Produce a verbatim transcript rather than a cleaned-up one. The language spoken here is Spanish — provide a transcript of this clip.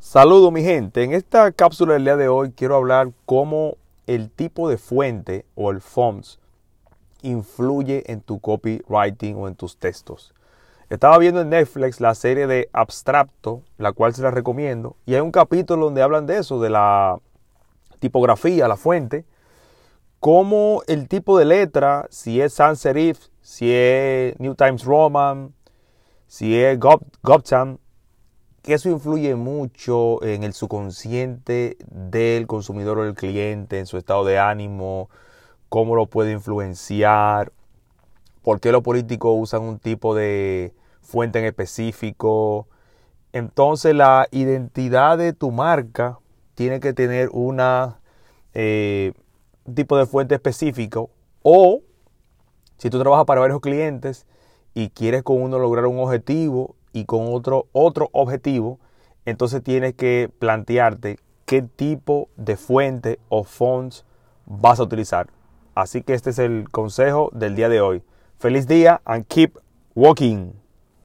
Saludos mi gente, en esta cápsula del día de hoy quiero hablar cómo el tipo de fuente o el fonts influye en tu copywriting o en tus textos. Estaba viendo en Netflix la serie de Abstracto, la cual se la recomiendo, y hay un capítulo donde hablan de eso, de la tipografía, la fuente, cómo el tipo de letra, si es sans serif, si es New Times Roman, si es Gotham, que eso influye mucho en el subconsciente del consumidor o del cliente, en su estado de ánimo, cómo lo puede influenciar, por qué los políticos usan un tipo de fuente en específico. Entonces la identidad de tu marca tiene que tener una eh, un tipo de fuente específico, o si tú trabajas para varios clientes y quieres con uno lograr un objetivo y con otro otro objetivo, entonces tienes que plantearte qué tipo de fuente o fonts vas a utilizar. Así que este es el consejo del día de hoy. Feliz día and keep walking.